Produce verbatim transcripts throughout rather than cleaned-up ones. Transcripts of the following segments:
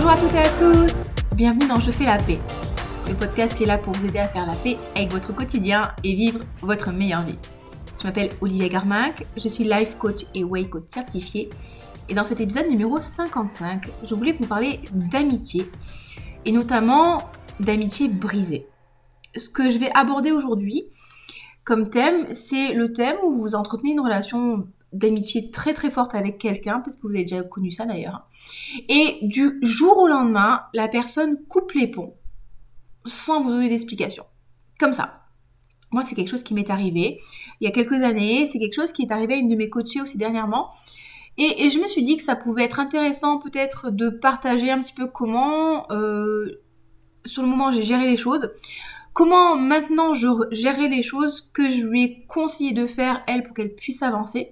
Bonjour à toutes et à tous, bienvenue dans Je fais la paix, le podcast qui est là pour vous aider à faire la paix avec votre quotidien et vivre votre meilleure vie. Je m'appelle Olivia Garmac, je suis life coach et way coach certifiée et dans cet épisode numéro cinquante-cinq, je voulais vous parler d'amitié et notamment d'amitié brisée. Ce que je vais aborder aujourd'hui comme thème, c'est le thème où vous entretenez une relation d'amitié très très forte avec quelqu'un, peut-être que vous avez déjà connu ça d'ailleurs, et du jour au lendemain, la personne coupe les ponts sans vous donner d'explication, comme ça. Moi, c'est quelque chose qui m'est arrivé il y a quelques années, c'est quelque chose qui est arrivé à une de mes coachées aussi dernièrement, et, et je me suis dit que ça pouvait être intéressant peut-être de partager un petit peu comment, euh, sur le moment, j'ai géré les choses, comment maintenant je gérais les choses que je lui ai conseillé de faire, elle, pour qu'elle puisse avancer.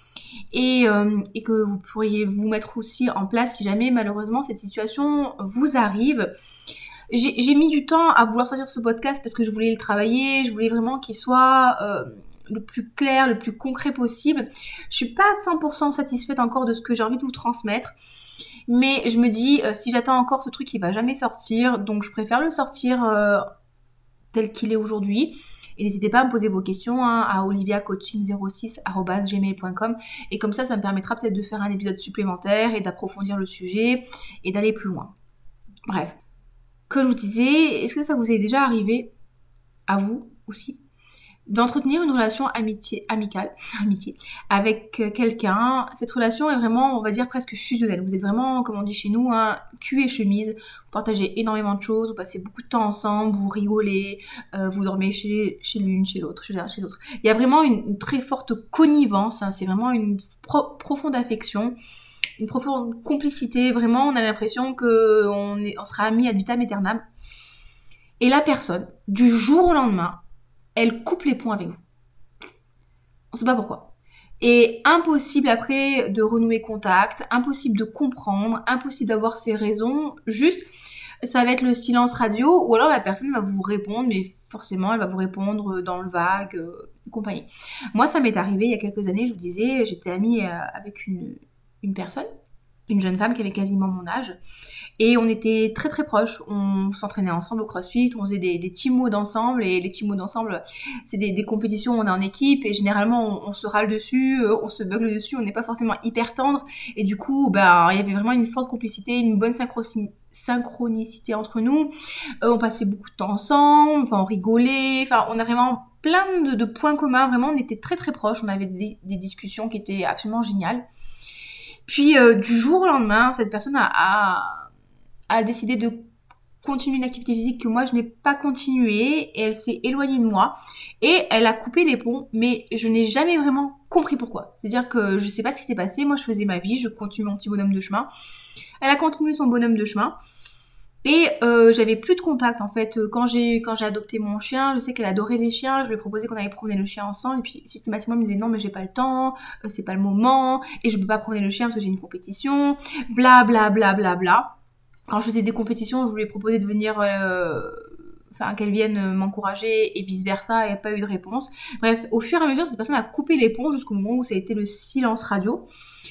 Et, euh, et que vous pourriez vous mettre aussi en place si jamais malheureusement cette situation vous arrive. J'ai, j'ai mis du temps à vouloir sortir ce podcast parce que je voulais le travailler, je voulais vraiment qu'il soit euh, le plus clair, le plus concret possible. Je suis pas cent pour cent satisfaite encore de ce que j'ai envie de vous transmettre, mais je me dis euh, si j'attends encore ce truc il va jamais sortir, donc je préfère le sortir euh, tel qu'il est aujourd'hui. Et n'hésitez pas à me poser vos questions hein, à oliviacoaching zéro six arobase gmail point com et comme ça, ça me permettra peut-être de faire un épisode supplémentaire et d'approfondir le sujet et d'aller plus loin. Bref, comme je vous disais, est-ce que ça vous est déjà arrivé, à vous aussi, d'entretenir une relation amitié, amicale, amitié, avec quelqu'un? Cette relation est vraiment, on va dire, presque fusionnelle. Vous êtes vraiment, comme on dit chez nous, hein, cul et chemise. Vous partagez énormément de choses, vous passez beaucoup de temps ensemble, vous rigolez, euh, vous dormez chez, chez l'une, chez l'autre, chez, chez l'autre. Il y a vraiment une, une très forte connivence, hein, c'est vraiment une pro- profonde affection, une profonde complicité. Vraiment, on a l'impression qu'on est, on sera amis ad vitam aeternam. Et la personne, du jour au lendemain, elle coupe les ponts avec vous. On sait pas pourquoi. Et impossible après de renouer contact, impossible de comprendre, impossible d'avoir ses raisons. Juste, ça va être le silence radio ou alors la personne va vous répondre, mais forcément elle va vous répondre dans le vague euh, et compagnie. Moi, ça m'est arrivé il y a quelques années, je vous disais, j'étais amie euh, avec une, une personne, une jeune femme qui avait quasiment mon âge. Et on était très très proches, on s'entraînait ensemble au CrossFit, on faisait des, des team modes ensemble, et les team modes ensemble, c'est des, des compétitions où on est en équipe, et généralement on, on se râle dessus, on se bugle dessus, on n'est pas forcément hyper tendre, et du coup, ben, il y avait vraiment une forte complicité, une bonne synchro- synchronicité entre nous, euh, on passait beaucoup de temps ensemble, enfin on rigolait, enfin on a vraiment plein de, de points communs, vraiment on était très très proches, on avait des, des discussions qui étaient absolument géniales. Puis euh, du jour au lendemain, cette personne a, a, a décidé de continuer une activité physique que moi je n'ai pas continuée et elle s'est éloignée de moi et elle a coupé les ponts, mais je n'ai jamais vraiment compris pourquoi. C'est-à-dire que je sais pas ce qui s'est passé, moi je faisais ma vie, je continue mon petit bonhomme de chemin. Elle a continué son bonhomme de chemin et euh, j'avais plus de contact en fait. Quand j'ai, quand j'ai adopté mon chien, je sais qu'elle adorait les chiens, je lui ai proposé qu'on allait promener le chien ensemble et puis systématiquement elle me disait non mais j'ai pas le temps, euh, c'est pas le moment et je peux pas promener le chien parce que j'ai une compétition, bla bla bla bla bla. Quand je faisais des compétitions, je lui ai proposé de venir, euh, enfin qu'elle vienne m'encourager et vice versa, et il n'y a pas eu de réponse. Bref, au fur et à mesure, cette personne a coupé les ponts jusqu'au moment où ça a été le silence radio.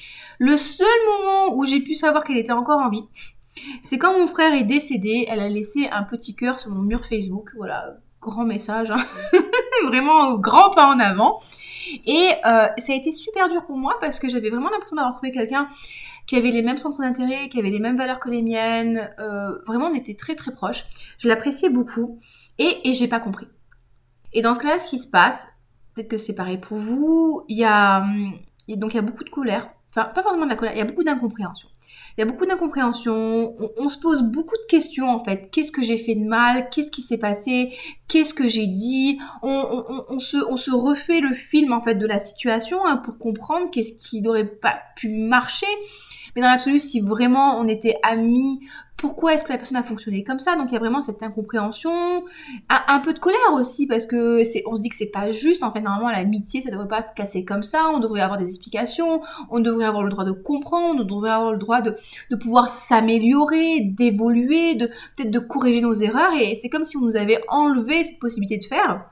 Le seul moment où j'ai pu savoir qu'elle était encore en vie, c'est quand mon frère est décédé, elle a laissé un petit cœur sur mon mur Facebook, voilà, grand message, hein. Vraiment grand pas en avant. Et euh, ça a été super dur pour moi parce que j'avais vraiment l'impression d'avoir trouvé quelqu'un qui avait les mêmes centres d'intérêt, qui avait les mêmes valeurs que les miennes. Euh, vraiment, on était très très proches. Je l'appréciais beaucoup et, et j'ai pas compris. Et dans ce cas-là, ce qui se passe, peut-être que c'est pareil pour vous, il y a, il y a donc il y a beaucoup de colère. Enfin, pas forcément de la colère, il y a beaucoup d'incompréhension. Il y a beaucoup d'incompréhension, on, on se pose beaucoup de questions en fait. Qu'est-ce que j'ai fait de mal? Qu'est-ce qui s'est passé? Qu'est-ce que j'ai dit? on, on, on, se, on se refait le film en fait de la situation hein, pour comprendre qu'est-ce qui n'aurait pas pu marcher. Mais dans l'absolu, si vraiment on était amis, pourquoi est-ce que la personne a fonctionné comme ça? Donc il y a vraiment cette incompréhension, un, un peu de colère aussi parce que c'est, on se dit que c'est pas juste. En fait, normalement l'amitié ça devrait pas se casser comme ça. On devrait avoir des explications, on devrait avoir le droit de comprendre, on devrait avoir le droit de, de pouvoir s'améliorer, d'évoluer, de peut-être de corriger nos erreurs. Et c'est comme si on nous avait enlevé cette possibilité de faire.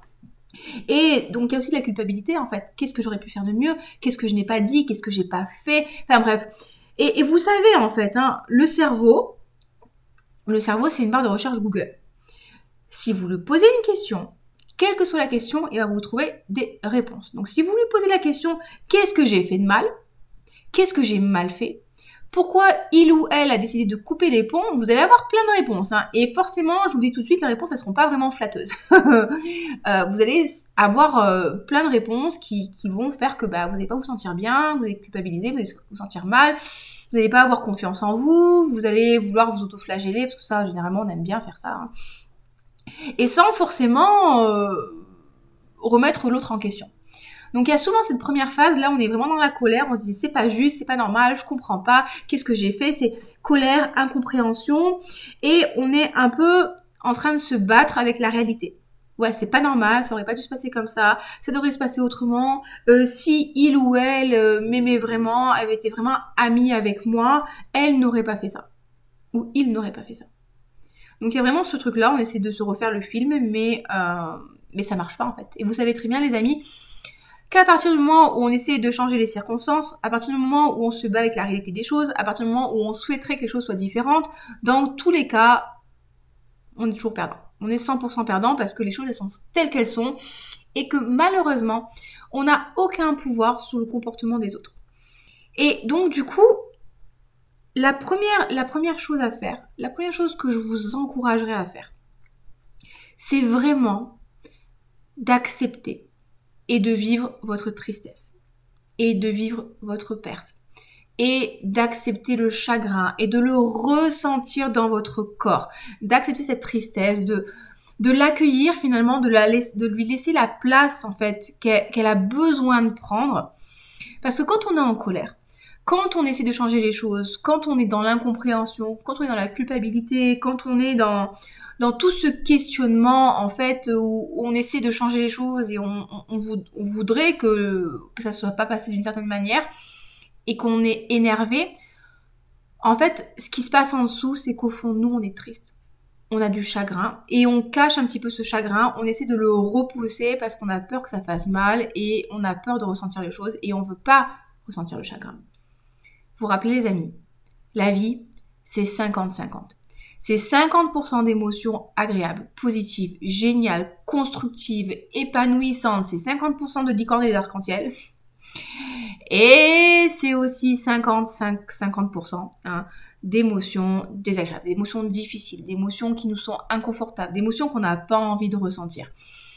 Et donc il y a aussi de la culpabilité en fait. Qu'est-ce que j'aurais pu faire de mieux? Qu'est-ce que je n'ai pas dit? Qu'est-ce que j'ai pas fait? Enfin bref. Et, et vous savez en fait, hein, le cerveau, Le cerveau, c'est une barre de recherche Google. Si vous lui posez une question, quelle que soit la question, il va vous trouver des réponses. Donc, si vous lui posez la question « Qu'est-ce que j'ai fait de mal ? Qu'est-ce que j'ai mal fait ? Pourquoi il ou elle a décidé de couper les ponts ?» Vous allez avoir plein de réponses. Hein. Et forcément, je vous le dis tout de suite, les réponses, elles ne seront pas vraiment flatteuses. euh, vous allez avoir euh, plein de réponses qui, qui vont faire que bah, vous n'allez pas vous sentir bien, vous allez culpabiliser, vous allez vous sentir mal, vous n'allez pas avoir confiance en vous, vous allez vouloir vous auto-flageller, parce que ça, généralement, on aime bien faire ça. Hein. Et sans forcément euh, remettre l'autre en question. Donc il y a souvent cette première phase, là on est vraiment dans la colère, on se dit c'est pas juste, c'est pas normal, je comprends pas, qu'est-ce que j'ai fait, c'est colère, incompréhension, et on est un peu en train de se battre avec la réalité. Ouais, c'est pas normal, ça aurait pas dû se passer comme ça, ça devrait se passer autrement, euh, si il ou elle euh, m'aimait vraiment, avait été vraiment amie avec moi, elle n'aurait pas fait ça. Ou il n'aurait pas fait ça. Donc il y a vraiment ce truc-là, on essaie de se refaire le film, mais, euh, mais ça marche pas en fait. Et vous savez très bien les amis, qu'à partir du moment où on essaie de changer les circonstances, à partir du moment où on se bat avec la réalité des choses, à partir du moment où on souhaiterait que les choses soient différentes, dans tous les cas, on est toujours perdant. On est cent pour cent perdant parce que les choses elles sont telles qu'elles sont et que malheureusement, on n'a aucun pouvoir sur le comportement des autres. Et donc du coup, la première, la première chose à faire, la première chose que je vous encouragerais à faire, c'est vraiment d'accepter et de vivre votre tristesse, et de vivre votre perte, et d'accepter le chagrin, et de le ressentir dans votre corps, d'accepter cette tristesse, de, de l'accueillir finalement, de, la laisser, de lui laisser la place en fait qu'elle, qu'elle a besoin de prendre. Parce que quand on est en colère, quand on essaie de changer les choses, quand on est dans l'incompréhension, quand on est dans la culpabilité, quand on est dans... dans tout ce questionnement, en fait, où on essaie de changer les choses et on, on, on voudrait que, que ça ne soit pas passé d'une certaine manière et qu'on est énervé, en fait, ce qui se passe en dessous, c'est qu'au fond, nous, on est triste. On a du chagrin et on cache un petit peu ce chagrin, on essaie de le repousser parce qu'on a peur que ça fasse mal et on a peur de ressentir les choses et on ne veut pas ressentir le chagrin. Vous vous rappelez les amis, la vie, c'est cinquante cinquante. C'est cinquante pour cent d'émotions agréables, positives, géniales, constructives, épanouissantes. C'est cinquante pour cent de licorne et des arcs-en-ciel. Et c'est aussi cinquante-cinq, cinquante pour cent hein, d'émotions désagréables, d'émotions difficiles, d'émotions qui nous sont inconfortables, d'émotions qu'on n'a pas envie de ressentir.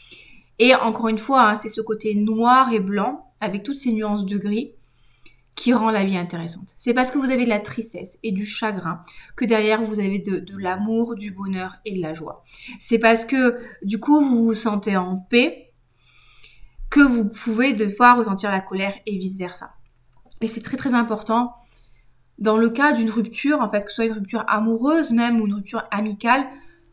Et encore une fois, hein, c'est ce côté noir et blanc, avec toutes ces nuances de gris, qui rend la vie intéressante. C'est parce que vous avez de la tristesse et du chagrin que derrière vous avez de, de l'amour, du bonheur et de la joie. C'est parce que du coup vous vous sentez en paix que vous pouvez des fois ressentir la colère et vice versa. Et c'est très très important dans le cas d'une rupture, en fait, que ce soit une rupture amoureuse même ou une rupture amicale,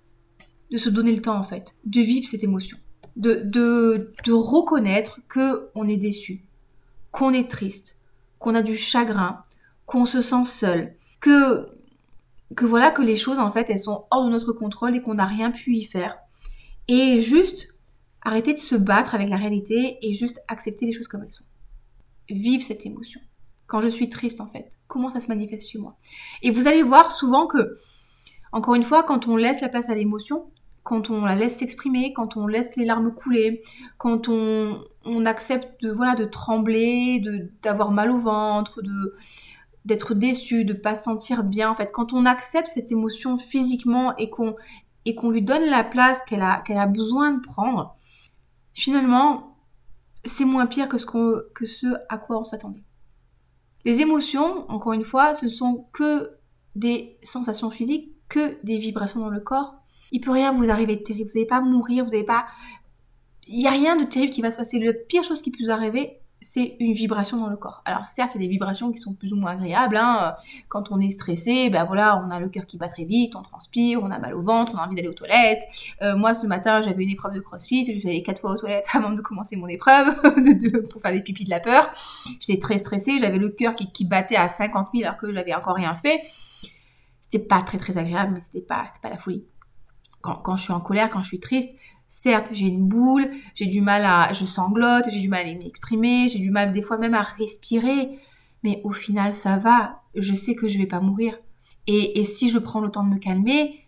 de se donner le temps en fait, de vivre cette émotion, de, de, de reconnaître qu'on est déçu, qu'on est triste, qu'on a du chagrin, qu'on se sent seul, que, que voilà que les choses en fait elles sont hors de notre contrôle et qu'on n'a rien pu y faire. Et juste arrêter de se battre avec la réalité et juste accepter les choses comme elles sont. Vivre cette émotion. Quand je suis triste en fait, comment ça se manifeste chez moi. Et vous allez voir souvent que, encore une fois, quand on laisse la place à l'émotion, quand on la laisse s'exprimer, quand on laisse les larmes couler, quand on, on accepte de, voilà, de trembler, de, d'avoir mal au ventre, de, d'être déçu, de ne pas se sentir bien. En fait, quand on accepte cette émotion physiquement et qu'on, et qu'on lui donne la place qu'elle a, qu'elle a besoin de prendre, finalement, c'est moins pire que ce, qu'on, que ce à quoi on s'attendait. Les émotions, encore une fois, ce ne sont que des sensations physiques, que des vibrations dans le corps. Il peut rien vous arriver de terrible, vous n'allez pas mourir, vous n'allez pas... Il n'y a rien de terrible qui va se passer. La pire chose qui peut vous arriver, c'est une vibration dans le corps. Alors certes, il y a des vibrations qui sont plus ou moins agréables. Hein. Quand on est stressé, ben voilà, on a le cœur qui bat très vite, on transpire, on a mal au ventre, on a envie d'aller aux toilettes. Euh, moi, ce matin, j'avais une épreuve de crossfit, je suis allée quatre fois aux toilettes avant de commencer mon épreuve, de, de, pour faire les pipis de la peur. J'étais très stressée, j'avais le cœur qui, qui battait à cinquante mille alors que j'avais encore rien fait. C'était pas très très agréable, mais c'était pas, c'était pas la folie. Quand, quand je suis en colère, quand je suis triste, certes, j'ai une boule, j'ai du mal à... Je sanglote, j'ai du mal à m'exprimer, j'ai du mal des fois même à respirer. Mais au final, ça va. Je sais que je vais pas mourir. Et, et si je prends le temps de me calmer,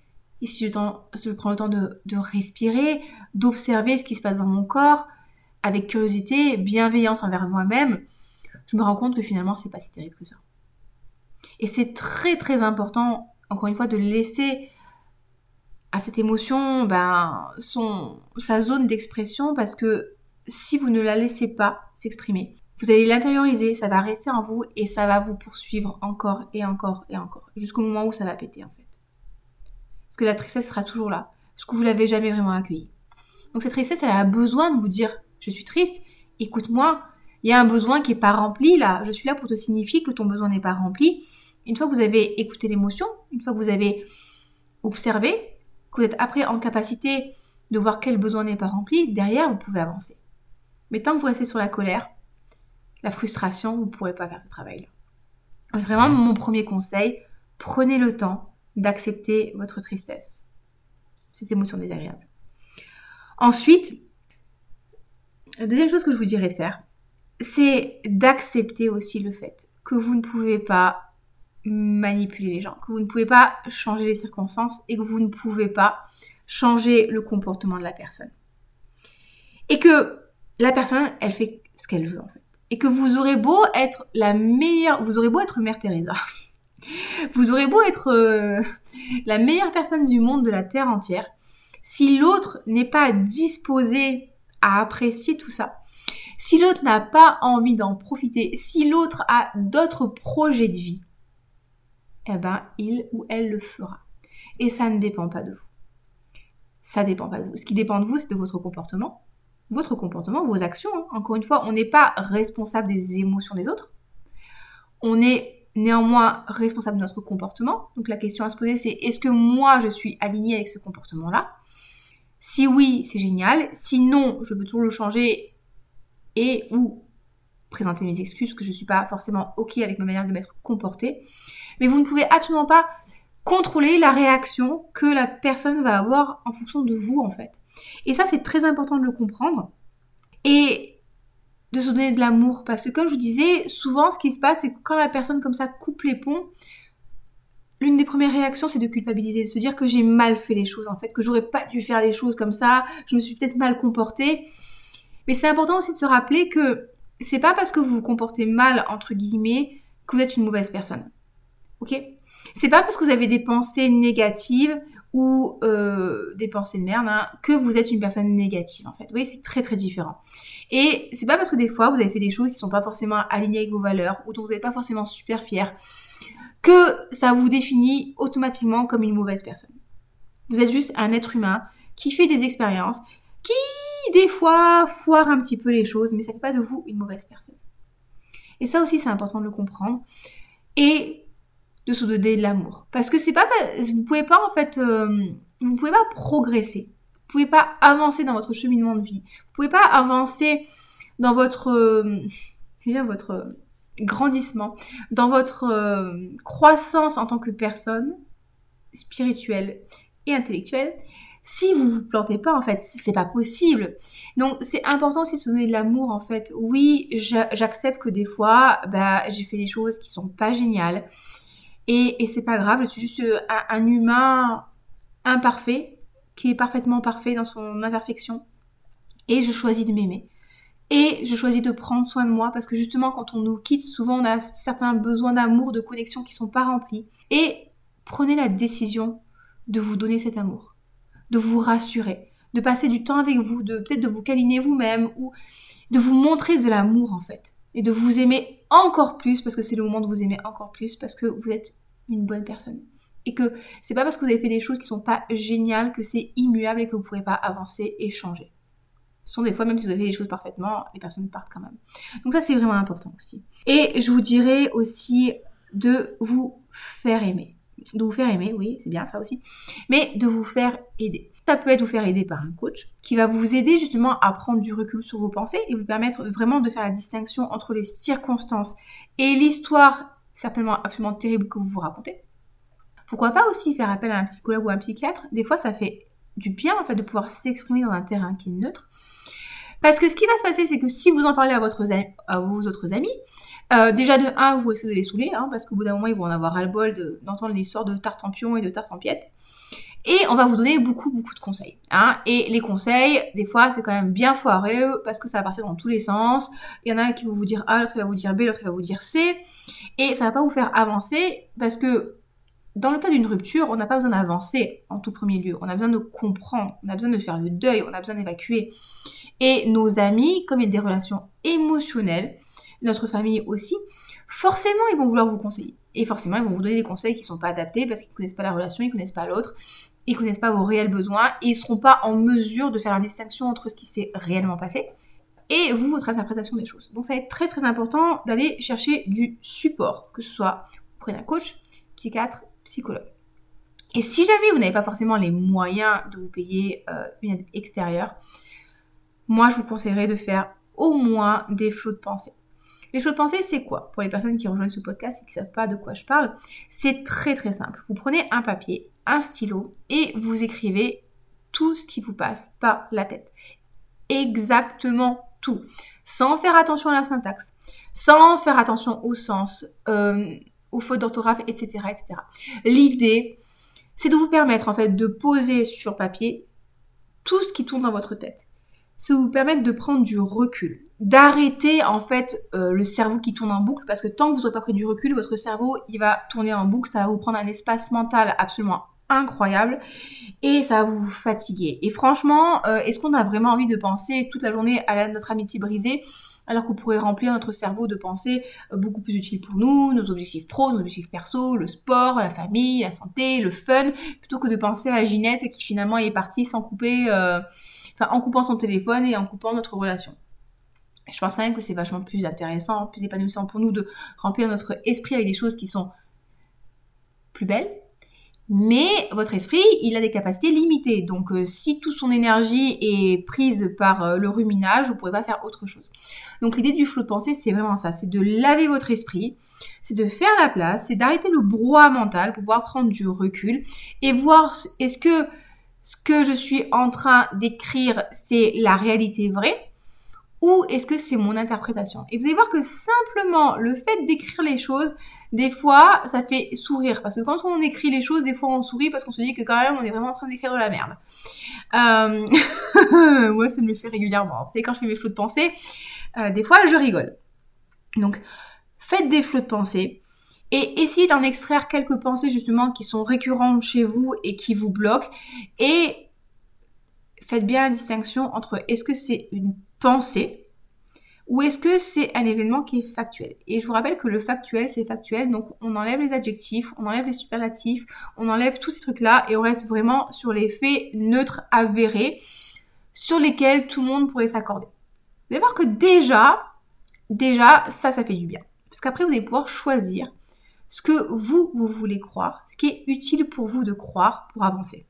et si je, temps, si je prends le temps de, de respirer, d'observer ce qui se passe dans mon corps, avec curiosité, bienveillance envers moi-même, je me rends compte que finalement, c'est pas si terrible que ça. Et c'est très très important, encore une fois, de laisser à cette émotion ben, son, sa zone d'expression, parce que si vous ne la laissez pas s'exprimer, vous allez l'intérioriser, ça va rester en vous et ça va vous poursuivre encore et encore et encore, jusqu'au moment où ça va péter en fait. Parce que la tristesse sera toujours là, parce que vous ne l'avez jamais vraiment accueillie. Donc cette tristesse, elle a besoin de vous dire « je suis triste, écoute-moi, il y a un besoin qui n'est pas rempli là, je suis là pour te signifier que ton besoin n'est pas rempli ». Une fois que vous avez écouté l'émotion, une fois que vous avez observé, que vous êtes après en capacité de voir quel besoin n'est pas rempli, derrière vous pouvez avancer. Mais tant que vous restez sur la colère, la frustration, vous ne pourrez pas faire ce travail-là. Donc, c'est vraiment mon premier conseil, prenez le temps d'accepter votre tristesse, cette émotion désagréable. Ensuite, la deuxième chose que je vous dirais de faire, c'est d'accepter aussi le fait que vous ne pouvez pas manipuler les gens, que vous ne pouvez pas changer les circonstances et que vous ne pouvez pas changer le comportement de la personne. Et que la personne, elle fait ce qu'elle veut en fait. Et que vous aurez beau être la meilleure, vous aurez beau être Mère Teresa, vous aurez beau être euh, la meilleure personne du monde, de la terre entière, si l'autre n'est pas disposé à apprécier tout ça, si l'autre n'a pas envie d'en profiter, si l'autre a d'autres projets de vie, eh ben, il ou elle le fera. Et ça ne dépend pas de vous. Ça dépend pas de vous. Ce qui dépend de vous, c'est de votre comportement. Votre comportement, vos actions. Hein. Encore une fois, on n'est pas responsable des émotions des autres. On est néanmoins responsable de notre comportement. Donc la question à se poser, c'est est-ce que moi, je suis alignée avec ce comportement-là ? Si oui, c'est génial. Sinon, je peux toujours le changer et ou présenter mes excuses parce que je ne suis pas forcément OK avec ma manière de m'être comportée. Mais vous ne pouvez absolument pas contrôler la réaction que la personne va avoir en fonction de vous, en fait. Et ça, c'est très important de le comprendre et de se donner de l'amour. Parce que comme je vous disais, souvent, ce qui se passe, c'est que quand la personne comme ça coupe les ponts, l'une des premières réactions, c'est de culpabiliser, de se dire que j'ai mal fait les choses, en fait, que j'aurais pas dû faire les choses comme ça, je me suis peut-être mal comportée. Mais c'est important aussi de se rappeler que c'est pas parce que vous vous comportez mal, entre guillemets, que vous êtes une mauvaise personne. Ok ? C'est pas parce que vous avez des pensées négatives ou euh, des pensées de merde hein, que vous êtes une personne négative en fait. Vous voyez, c'est très très différent. Et c'est pas parce que des fois vous avez fait des choses qui sont pas forcément alignées avec vos valeurs ou dont vous n'êtes pas forcément super fier que ça vous définit automatiquement comme une mauvaise personne. Vous êtes juste un être humain qui fait des expériences, qui des fois foire un petit peu les choses, mais ça fait pas de vous une mauvaise personne. Et ça aussi c'est important de le comprendre. Et de se donner de l'amour. Parce que c'est pas... Vous pouvez pas, en fait... Euh, vous pouvez pas progresser. Vous pouvez pas avancer dans votre cheminement de vie. Vous pouvez pas avancer dans votre... Euh, bien, votre grandissement, dans votre euh, croissance en tant que personne spirituelle et intellectuelle, si vous vous plantez pas, en fait, c'est pas possible. Donc, c'est important aussi de se donner de l'amour, en fait. Oui, j'accepte que des fois, bah, j'ai fait des choses qui sont pas géniales. Et, et c'est pas grave, je suis juste un, un humain imparfait, qui est parfaitement parfait dans son imperfection. Et je choisis de m'aimer. Et je choisis de prendre soin de moi, parce que justement, quand on nous quitte, souvent on a certains besoins d'amour, de connexion qui sont pas remplis. Et prenez la décision de vous donner cet amour, de vous rassurer, de passer du temps avec vous, de peut-être de vous câliner vous-même, ou de vous montrer de l'amour en fait. Et de vous aimer encore plus, parce que c'est le moment de vous aimer encore plus, parce que vous êtes une bonne personne. Et que c'est pas parce que vous avez fait des choses qui sont pas géniales que c'est immuable et que vous pourrez pas avancer et changer. Ce sont des fois, même si vous avez fait des choses parfaitement, les personnes partent quand même. Donc ça, c'est vraiment important aussi. Et je vous dirais aussi de vous faire aimer. De vous faire aimer, oui, c'est bien ça aussi. Mais de vous faire aider. Ça peut être vous faire aider par un coach qui va vous aider justement à prendre du recul sur vos pensées et vous permettre vraiment de faire la distinction entre les circonstances et l'histoire certainement absolument terrible que vous vous racontez. Pourquoi pas aussi faire appel à un psychologue ou un psychiatre ? Des fois, ça fait du bien en fait de pouvoir s'exprimer dans un terrain qui est neutre. Parce que ce qui va se passer, c'est que si vous en parlez à, votre, à vos autres amis, euh, déjà de un, vous essayez de les saouler, hein, parce qu'au bout d'un moment, ils vont en avoir ras-le-bol de, d'entendre l'histoire de Tartampion et de Tartampiette. Et on va vous donner beaucoup, beaucoup de conseils. Hein. Et les conseils, des fois, c'est quand même bien foireux parce que ça va partir dans tous les sens. Il y en a un qui va vous dire A, l'autre va vous dire B, l'autre va vous dire C. Et ça va pas vous faire avancer parce que dans le cas d'une rupture, on n'a pas besoin d'avancer en tout premier lieu. On a besoin de comprendre, on a besoin de faire le deuil, on a besoin d'évacuer. Et nos amis, comme il y a des relations émotionnelles, notre famille aussi, forcément, ils vont vouloir vous conseiller. Et forcément, ils vont vous donner des conseils qui ne sont pas adaptés parce qu'ils ne connaissent pas la relation, ils ne connaissent pas l'autre, ils ne connaissent pas vos réels besoins et ils ne seront pas en mesure de faire la distinction entre ce qui s'est réellement passé et vous, votre interprétation des choses. Donc, ça va être très, très important d'aller chercher du support, que ce soit auprès d'un coach, psychiatre, psychologue. Et si jamais vous n'avez pas forcément les moyens de vous payer euh, une aide extérieure, moi, je vous conseillerais de faire au moins des flots de pensée. Les flots de pensée, c'est quoi? Pour les personnes qui rejoignent ce podcast et qui ne savent pas de quoi je parle, c'est très très simple. Vous prenez un papier, un stylo et vous écrivez tout ce qui vous passe par la tête. Exactement tout. Sans faire attention à la syntaxe, sans faire attention au sens, euh, aux fautes d'orthographe, et cetera, et cetera. L'idée, c'est de vous permettre en fait de poser sur papier tout ce qui tourne dans votre tête. C'est de vous permettre de prendre du recul, d'arrêter en fait euh, le cerveau qui tourne en boucle, parce que tant que vous n'aurez pas pris du recul, votre cerveau il va tourner en boucle, ça va vous prendre un espace mental absolument incroyable et ça va vous fatiguer. Et franchement, euh, est-ce qu'on a vraiment envie de penser toute la journée à la, notre amitié brisée, alors qu'on pourrait remplir notre cerveau de pensées beaucoup plus utiles pour nous, nos objectifs pro, nos objectifs perso, le sport, la famille, la santé, le fun, plutôt que de penser à Ginette qui finalement est partie sans couper, euh, enfin en coupant son téléphone et en coupant notre relation. Je pense quand même que c'est vachement plus intéressant, plus épanouissant pour nous de remplir notre esprit avec des choses qui sont plus belles. Mais votre esprit, il a des capacités limitées. Donc, euh, si toute son énergie est prise par euh, le ruminage, vous ne pourrez pas faire autre chose. Donc, l'idée du flot de pensée, c'est vraiment ça. C'est de laver votre esprit, c'est de faire la place, c'est d'arrêter le brouhaha mental pour pouvoir prendre du recul et voir est-ce que ce que je suis en train d'écrire, c'est la réalité vraie ou est-ce que c'est mon interprétation. Et vous allez voir que simplement le fait d'écrire les choses, des fois, ça fait sourire. Parce que quand on écrit les choses, des fois, on sourit parce qu'on se dit que quand même, on est vraiment en train d'écrire de la merde. Euh... Moi, ça me le fait régulièrement. Et quand je fais mes flots de pensée, euh, des fois, je rigole. Donc, faites des flots de pensée et essayez d'en extraire quelques pensées, justement, qui sont récurrentes chez vous et qui vous bloquent. Et faites bien la distinction entre est-ce que c'est une pensée ou est-ce que c'est un événement qui est factuel? Et je vous rappelle que le factuel, c'est factuel, donc on enlève les adjectifs, on enlève les superlatifs, on enlève tous ces trucs-là et on reste vraiment sur les faits neutres avérés sur lesquels tout le monde pourrait s'accorder. Vous allez voir que déjà, déjà, ça, ça fait du bien. Parce qu'après, vous allez pouvoir choisir ce que vous, vous voulez croire, ce qui est utile pour vous de croire pour avancer.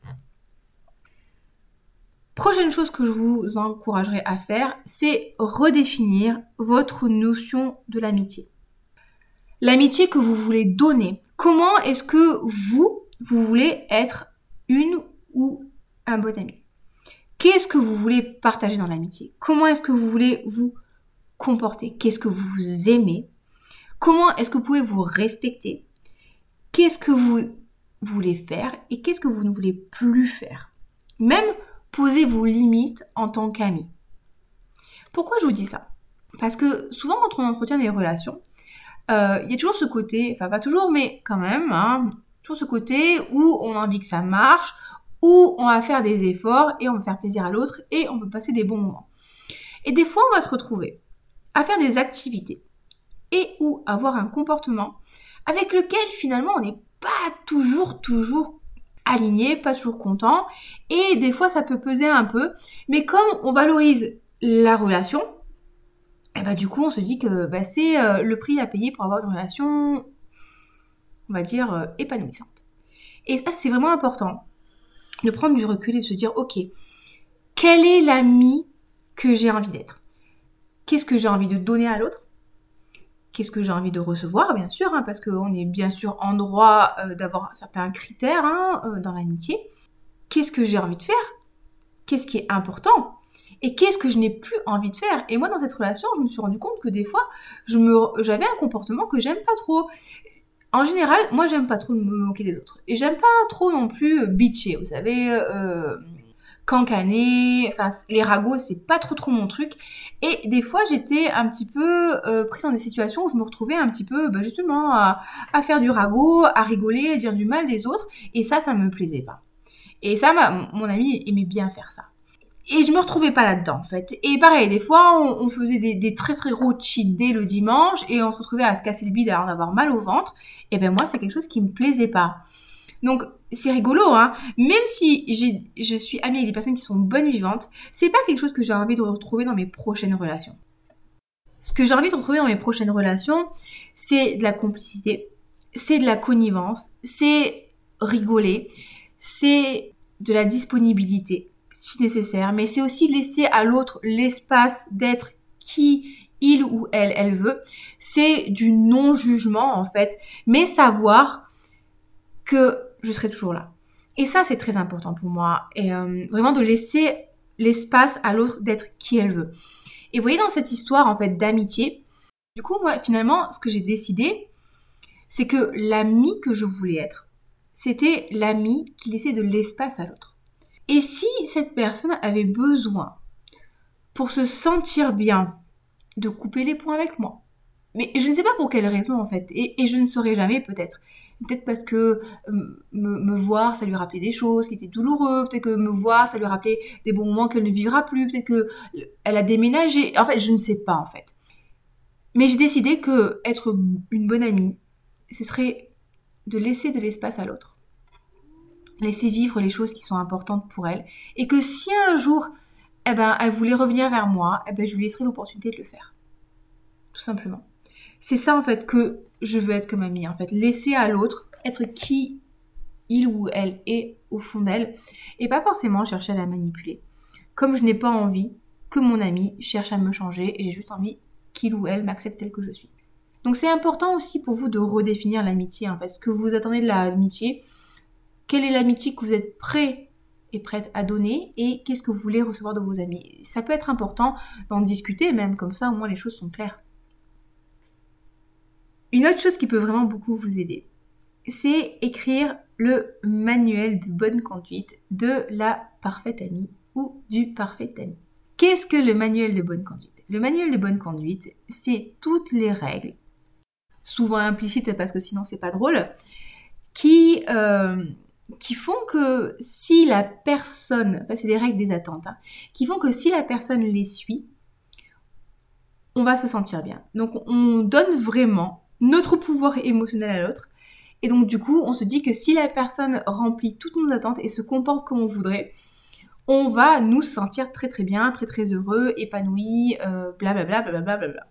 Prochaine chose que je vous encouragerai à faire, c'est redéfinir votre notion de l'amitié. L'amitié que vous voulez donner. Comment est-ce que vous, vous voulez être une ou un bon ami? Qu'est-ce que vous voulez partager dans l'amitié? Comment est-ce que vous voulez vous comporter? Qu'est-ce que vous aimez? Comment est-ce que vous pouvez vous respecter? Qu'est-ce que vous voulez faire et qu'est-ce que vous ne voulez plus faire? Même posez vos limites en tant qu'ami. Pourquoi je vous dis ça? Parce que souvent quand on entretient des relations, euh, il y a toujours ce côté, enfin pas toujours, mais quand même, hein, toujours ce côté où on a envie que ça marche, où on va faire des efforts et on va faire plaisir à l'autre et on peut passer des bons moments. Et des fois, on va se retrouver à faire des activités et ou avoir un comportement avec lequel finalement on n'est pas toujours, toujours aligné, pas toujours content, et des fois ça peut peser un peu, mais comme on valorise la relation, et bah du coup on se dit que bah, c'est euh, le prix à payer pour avoir une relation, on va dire, euh, épanouissante. Et ça c'est vraiment important, de prendre du recul et de se dire, ok, quel est l'ami que j'ai envie d'être? Qu'est-ce que j'ai envie de donner à l'autre? Qu'est-ce que j'ai envie de recevoir, bien sûr, hein, parce qu'on est bien sûr en droit euh, d'avoir certains critères hein, euh, dans l'amitié. Qu'est-ce que j'ai envie de faire? Qu'est-ce qui est important? Et qu'est-ce que je n'ai plus envie de faire? Et moi, dans cette relation, je me suis rendu compte que des fois, je me, j'avais un comportement que j'aime pas trop. En général, moi, j'aime pas trop me moquer des autres. Et j'aime pas trop non plus bitcher, vous savez, euh, cancaner, enfin, les ragots, c'est pas trop trop mon truc. Et des fois, j'étais un petit peu euh, prise dans des situations où je me retrouvais un petit peu, bah, justement, à, à faire du ragot, à rigoler, à dire du mal des autres. Et ça, ça me plaisait pas. Et ça, ma, mon ami aimait bien faire ça. Et je me retrouvais pas là-dedans, en fait. Et pareil, des fois, on, on faisait des, des très très gros cheat days le dimanche et on se retrouvait à se casser le bide, à en avoir mal au ventre. Et ben moi, c'est quelque chose qui me plaisait pas. Donc, c'est rigolo, hein. Même si j'ai, je suis amie avec des personnes qui sont bonnes vivantes, c'est pas quelque chose que j'ai envie de retrouver dans mes prochaines relations. Ce que j'ai envie de retrouver dans mes prochaines relations, c'est de la complicité, c'est de la connivence, c'est rigoler, c'est de la disponibilité, si nécessaire, mais c'est aussi laisser à l'autre l'espace d'être qui il ou elle, elle veut. C'est du non-jugement, en fait, mais savoir que je serai toujours là. Et ça, c'est très important pour moi. Et euh, vraiment de laisser l'espace à l'autre d'être qui elle veut. Et vous voyez, dans cette histoire, en fait, d'amitié, du coup, moi, finalement, ce que j'ai décidé, c'est que l'ami que je voulais être, c'était l'ami qui laissait de l'espace à l'autre. Et si cette personne avait besoin, pour se sentir bien, de couper les points avec moi, mais je ne sais pas pour quelle raison en fait, et, et je ne saurais jamais peut-être. Peut-être parce que euh, me, me voir, ça lui rappelait des choses qui étaient douloureuses, peut-être que me voir, ça lui rappelait des bons moments qu'elle ne vivra plus, peut-être qu'elle a déménagé, en fait, je ne sais pas en fait. Mais j'ai décidé que être une bonne amie, ce serait de laisser de l'espace à l'autre. Laisser vivre les choses qui sont importantes pour elle. Et que si un jour, eh ben, elle voulait revenir vers moi, eh ben, je lui laisserai l'opportunité de le faire. Tout simplement. C'est ça, en fait, que je veux être comme amie. En fait, laisser à l'autre être qui il ou elle est au fond d'elle. Et pas forcément chercher à la manipuler. Comme je n'ai pas envie que mon ami cherche à me changer, et j'ai juste envie qu'il ou elle m'accepte telle que je suis. Donc c'est important aussi pour vous de redéfinir l'amitié. En fait, ce que vous attendez de l'amitié. Quelle est l'amitié que vous êtes prêt et prête à donner et qu'est-ce que vous voulez recevoir de vos amis. Ça peut être important d'en discuter même, comme ça au moins les choses sont claires. Une autre chose qui peut vraiment beaucoup vous aider, c'est écrire le manuel de bonne conduite de la parfaite amie ou du parfait ami. Qu'est-ce que le manuel de bonne conduite ? Le manuel de bonne conduite, c'est toutes les règles, souvent implicites parce que sinon c'est pas drôle, qui... Euh, qui font que si la personne, enfin c'est des règles des attentes, hein, qui font que si la personne les suit, on va se sentir bien. Donc on donne vraiment notre pouvoir émotionnel à l'autre. Et donc du coup, on se dit que si la personne remplit toutes nos attentes et se comporte comme on voudrait, on va nous sentir très très bien, très très heureux, épanouis, euh, blablabla, blablabla, blablabla.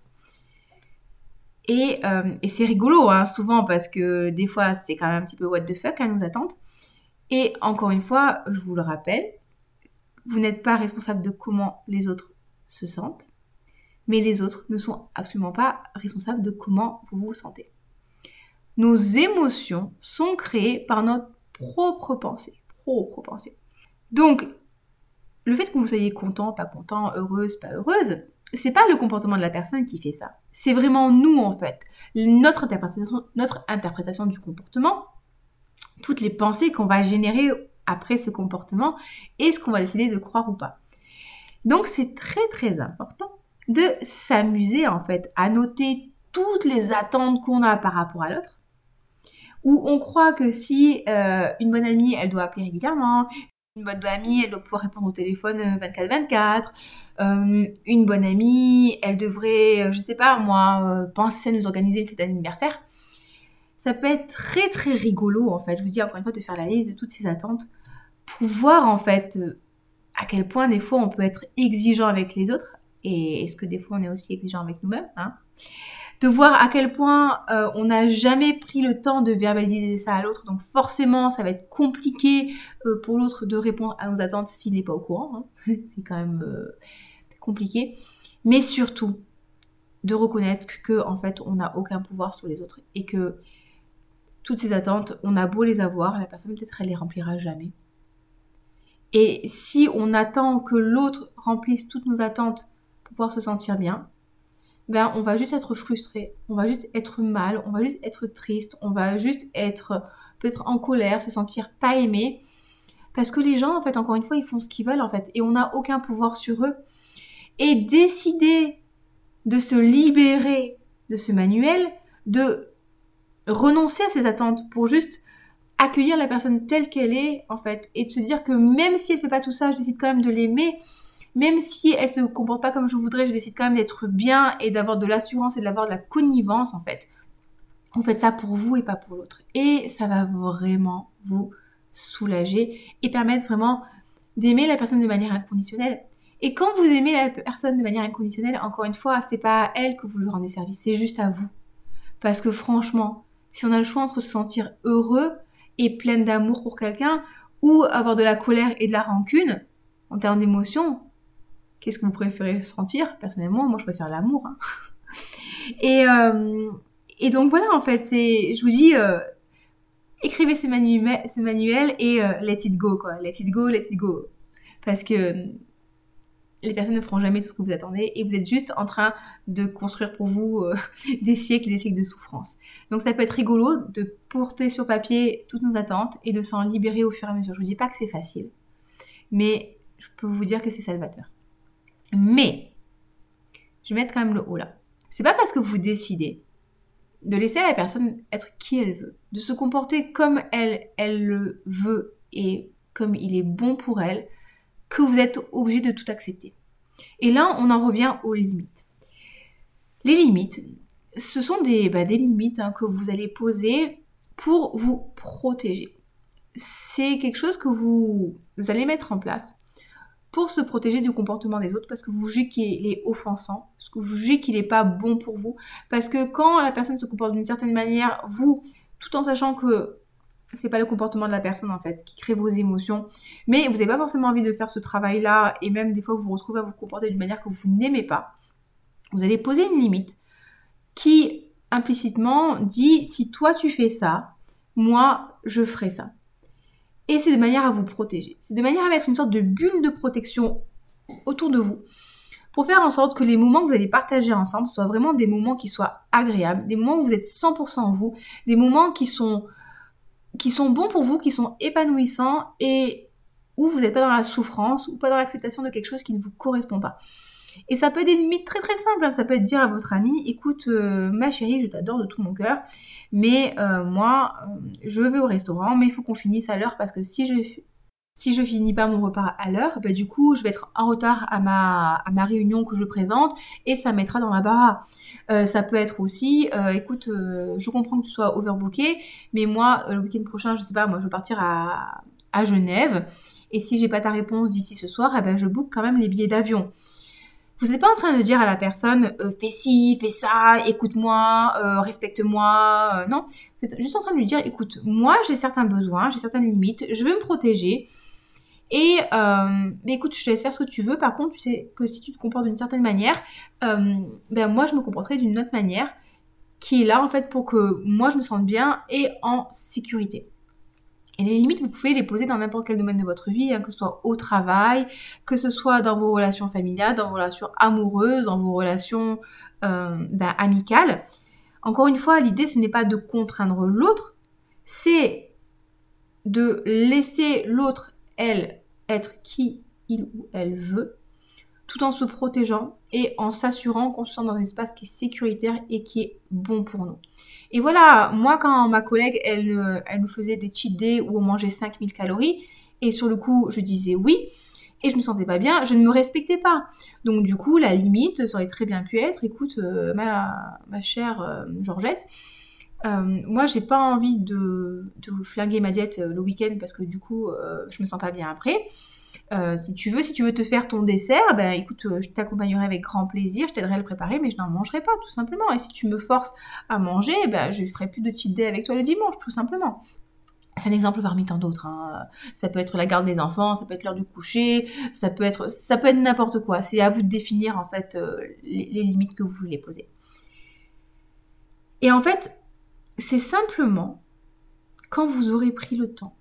Et, euh, et c'est rigolo, hein, souvent, parce que des fois, c'est quand même un petit peu what the fuck, hein, nos attentes. Et encore une fois, je vous le rappelle, vous n'êtes pas responsable de comment les autres se sentent, mais les autres ne sont absolument pas responsables de comment vous vous sentez. Nos émotions sont créées par notre propre pensée, propre pensée. Donc, le fait que vous soyez content, pas content, heureuse, pas heureuse, c'est pas le comportement de la personne qui fait ça. C'est vraiment nous, en fait. Notre interprétation, notre interprétation du comportement, toutes les pensées qu'on va générer après ce comportement et ce qu'on va décider de croire ou pas. Donc c'est très très important de s'amuser en fait à noter toutes les attentes qu'on a par rapport à l'autre, où on croit que si euh, une bonne amie elle doit appeler régulièrement, une bonne amie elle doit pouvoir répondre au téléphone vingt-quatre vingt-quatre, euh, une bonne amie elle devrait, je sais pas moi, euh, penser à nous organiser une fête d'anniversaire. Ça peut être très très rigolo en fait, je vous dis encore une fois de faire la liste de toutes ces attentes pour voir en fait à quel point des fois on peut être exigeant avec les autres et est-ce que des fois on est aussi exigeant avec nous-mêmes, hein, de voir à quel point euh, on n'a jamais pris le temps de verbaliser ça à l'autre, donc forcément ça va être compliqué euh, pour l'autre de répondre à nos attentes s'il n'est pas au courant, hein. C'est quand même euh, compliqué, mais surtout de reconnaître que en fait on n'a aucun pouvoir sur les autres et que toutes ces attentes, on a beau les avoir, la personne peut-être elle les remplira jamais. Et si on attend que l'autre remplisse toutes nos attentes pour pouvoir se sentir bien, ben on va juste être frustré, on va juste être mal, on va juste être triste, on va juste être peut-être en colère, se sentir pas aimé. Parce que les gens, en fait, encore une fois, ils font ce qu'ils veulent, en fait, et on n'a aucun pouvoir sur eux. Et décider de se libérer de ce manuel, de renoncer à ses attentes pour juste accueillir la personne telle qu'elle est, en fait, et de se dire que même si elle fait pas tout ça, je décide quand même de l'aimer, même si elle se comporte pas comme je voudrais, je décide quand même d'être bien et d'avoir de l'assurance et d'avoir de la connivence, en fait. Vous faites ça pour vous et pas pour l'autre. Et ça va vraiment vous soulager et permettre vraiment d'aimer la personne de manière inconditionnelle. Et quand vous aimez la personne de manière inconditionnelle, encore une fois, c'est pas à elle que vous lui rendez service, c'est juste à vous. Parce que franchement, si on a le choix entre se sentir heureux et plein d'amour pour quelqu'un, ou avoir de la colère et de la rancune, en termes d'émotions, qu'est-ce que vous préférez sentir ? Personnellement, moi je préfère l'amour. Hein. Et, euh, et donc voilà, en fait, c'est, je vous dis, euh, écrivez ce, manu- ce manuel et euh, let it go, quoi. Let it go, let it go. Parce que les personnes ne feront jamais tout ce que vous attendez et vous êtes juste en train de construire pour vous euh, des siècles et des siècles de souffrance. Donc ça peut être rigolo de porter sur papier toutes nos attentes et de s'en libérer au fur et à mesure. Je vous dis pas que c'est facile, mais je peux vous dire que c'est salvateur. Mais, je vais mettre quand même le haut là. C'est pas parce que vous décidez de laisser la personne être qui elle veut, de se comporter comme elle, elle le veut et comme il est bon pour elle, que vous êtes obligé de tout accepter. Et là, on en revient aux limites. Les limites, ce sont des, bah, des limites hein, que vous allez poser pour vous protéger. C'est quelque chose que vous, vous allez mettre en place pour se protéger du comportement des autres, parce que vous jugez qu'il est offensant, parce que vous jugez qu'il n'est pas bon pour vous, parce que quand la personne se comporte d'une certaine manière, vous, tout en sachant que c'est pas le comportement de la personne en fait qui crée vos émotions, mais vous n'avez pas forcément envie de faire ce travail-là, et même des fois vous vous retrouvez à vous comporter d'une manière que vous n'aimez pas, vous allez poser une limite qui implicitement dit si toi tu fais ça, moi je ferai ça. Et c'est de manière à vous protéger. C'est de manière à mettre une sorte de bulle de protection autour de vous pour faire en sorte que les moments que vous allez partager ensemble soient vraiment des moments qui soient agréables, des moments où vous êtes cent pour cent vous, des moments qui sont, qui sont bons pour vous, qui sont épanouissants et où vous n'êtes pas dans la souffrance ou pas dans l'acceptation de quelque chose qui ne vous correspond pas. Et ça peut être des limites très très simples, hein. Ça peut être dire à votre ami, écoute euh, ma chérie, je t'adore de tout mon cœur, mais euh, moi euh, je vais au restaurant, mais il faut qu'on finisse à l'heure parce que si je si je finis pas mon repas à l'heure, bah, du coup je vais être en retard à ma, à ma réunion que je présente et ça mettra dans la barre. Euh, ça peut être aussi, euh, écoute, euh, je comprends que tu sois overbooké, mais moi euh, le week-end prochain, je sais pas, moi je vais partir à, à Genève et si j'ai pas ta réponse d'ici ce soir, eh ben, je book quand même les billets d'avion. Vous n'êtes pas en train de dire à la personne euh, « fais ci, fais ça, écoute-moi, euh, respecte-moi euh, ». Non, vous êtes juste en train de lui dire « écoute, moi j'ai certains besoins, j'ai certaines limites, je veux me protéger et euh, mais écoute, je te laisse faire ce que tu veux. Par contre, tu sais que si tu te comportes d'une certaine manière, euh, ben moi je me comporterai d'une autre manière qui est là en fait pour que moi je me sente bien et en sécurité ». Et les limites, vous pouvez les poser dans n'importe quel domaine de votre vie, hein, que ce soit au travail, que ce soit dans vos relations familiales, dans vos relations amoureuses, dans vos relations euh, ben, amicales. Encore une fois, l'idée, ce n'est pas de contraindre l'autre, c'est de laisser l'autre, elle, être qui il ou elle veut, tout en se protégeant et en s'assurant qu'on se sent dans un espace qui est sécuritaire et qui est bon pour nous. Et voilà, moi quand ma collègue, elle, elle nous faisait des cheat days où on mangeait cinq mille calories, et sur le coup, je disais oui, et je me sentais pas bien, je ne me respectais pas. Donc du coup, la limite, ça aurait très bien pu être, écoute, euh, ma, ma chère euh, Georgette, euh, moi j'ai pas envie de, de flinguer ma diète euh, le week-end parce que du coup, euh, je me sens pas bien après. Euh, si tu veux, si tu veux te faire ton dessert, ben écoute, euh, je t'accompagnerai avec grand plaisir, je t'aiderai à le préparer, mais je n'en mangerai pas, tout simplement. Et si tu me forces à manger, ben je ferai plus de cheat day avec toi le dimanche, tout simplement. C'est un exemple parmi tant d'autres. Hein. Ça peut être la garde des enfants, ça peut être l'heure du coucher, ça peut être, ça peut être n'importe quoi. C'est à vous de définir en fait euh, les, les limites que vous voulez poser. Et en fait, c'est simplement quand vous aurez pris le temps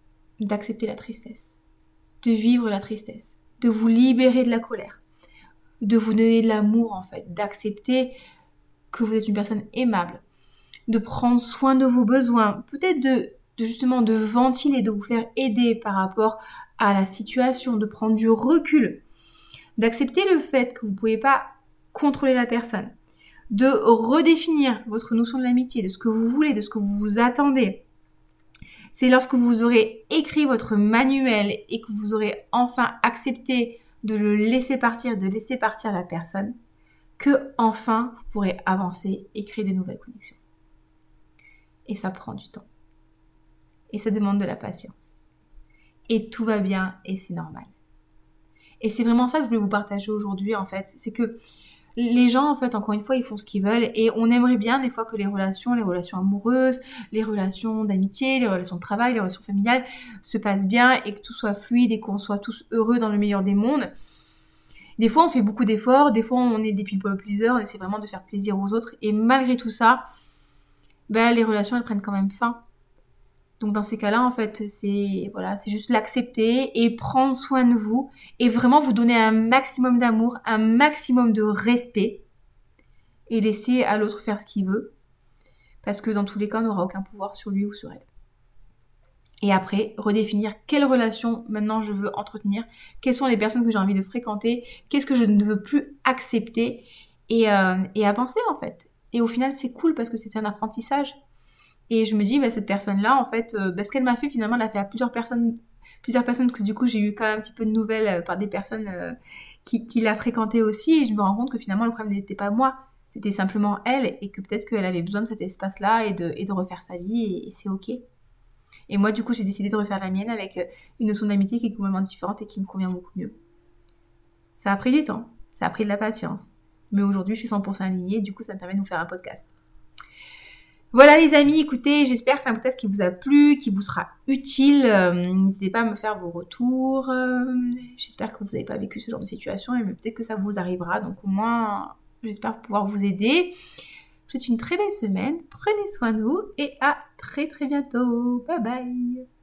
d'accepter la tristesse, de vivre la tristesse, de vous libérer de la colère, de vous donner de l'amour en fait, d'accepter que vous êtes une personne aimable, de prendre soin de vos besoins, peut-être de, de justement de ventiler, de vous faire aider par rapport à la situation, de prendre du recul, d'accepter le fait que vous ne pouvez pas contrôler la personne, de redéfinir votre notion de l'amitié, de ce que vous voulez, de ce que vous vous attendez. C'est lorsque vous aurez écrit votre manuel et que vous aurez enfin accepté de le laisser partir, de laisser partir la personne, que enfin vous pourrez avancer et créer de nouvelles connexions. Et ça prend du temps. Et ça demande de la patience. Et tout va bien et c'est normal. Et c'est vraiment ça que je voulais vous partager aujourd'hui en fait. C'est que les gens, en fait, encore une fois, ils font ce qu'ils veulent et on aimerait bien des fois que les relations, les relations amoureuses, les relations d'amitié, les relations de travail, les relations familiales se passent bien et que tout soit fluide et qu'on soit tous heureux dans le meilleur des mondes. Des fois, on fait beaucoup d'efforts, des fois, on est des people pleasers, on essaie vraiment de faire plaisir aux autres et malgré tout ça, ben, les relations, elles prennent quand même fin. Donc dans ces cas-là, en fait, c'est voilà, c'est juste l'accepter et prendre soin de vous et vraiment vous donner un maximum d'amour, un maximum de respect et laisser à l'autre faire ce qu'il veut parce que dans tous les cas, on n'aura aucun pouvoir sur lui ou sur elle. Et après, redéfinir quelle relation maintenant je veux entretenir, quelles sont les personnes que j'ai envie de fréquenter, qu'est-ce que je ne veux plus accepter et, euh, et avancer en fait. Et au final, c'est cool parce que c'est un apprentissage. Et je me dis, bah, cette personne-là, en fait, euh, bah, ce qu'elle m'a fait, finalement, elle a fait à plusieurs personnes, plusieurs personnes, parce que du coup, j'ai eu quand même un petit peu de nouvelles euh, par des personnes euh, qui, qui l'a fréquentée aussi, et je me rends compte que finalement, le problème n'était pas moi, c'était simplement elle, et que peut-être qu'elle avait besoin de cet espace-là, et de, et de refaire sa vie, et, et c'est ok. Et moi, du coup, j'ai décidé de refaire la mienne avec euh, une notion d'amitié qui est complètement différente et qui me convient beaucoup mieux. Ça a pris du temps, ça a pris de la patience, mais aujourd'hui, je suis cent pour cent alignée, du coup, ça me permet de vous faire un podcast. Voilà les amis, écoutez, j'espère que c'est un podcast qui vous a plu, qui vous sera utile. Euh, n'hésitez pas à me faire vos retours. Euh, j'espère que vous n'avez pas vécu ce genre de situation, mais peut-être que ça vous arrivera. Donc au moins, j'espère pouvoir vous aider. Je vous souhaite une très belle semaine. Prenez soin de vous et à très très bientôt. Bye bye.